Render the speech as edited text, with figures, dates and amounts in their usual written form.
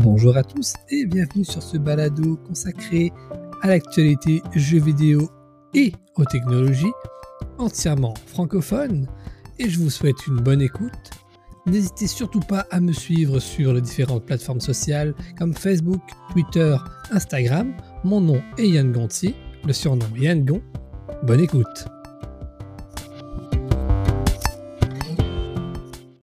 Bonjour à tous et bienvenue sur ce balado consacré à l'actualité jeux vidéo et aux technologies, entièrement francophone, et je vous souhaite une bonne écoute. N'hésitez surtout pas à me suivre sur les différentes plateformes sociales comme Facebook, Twitter, Instagram. Mon nom est Yann Gontier, le surnom Yann Gon. Bonne écoute.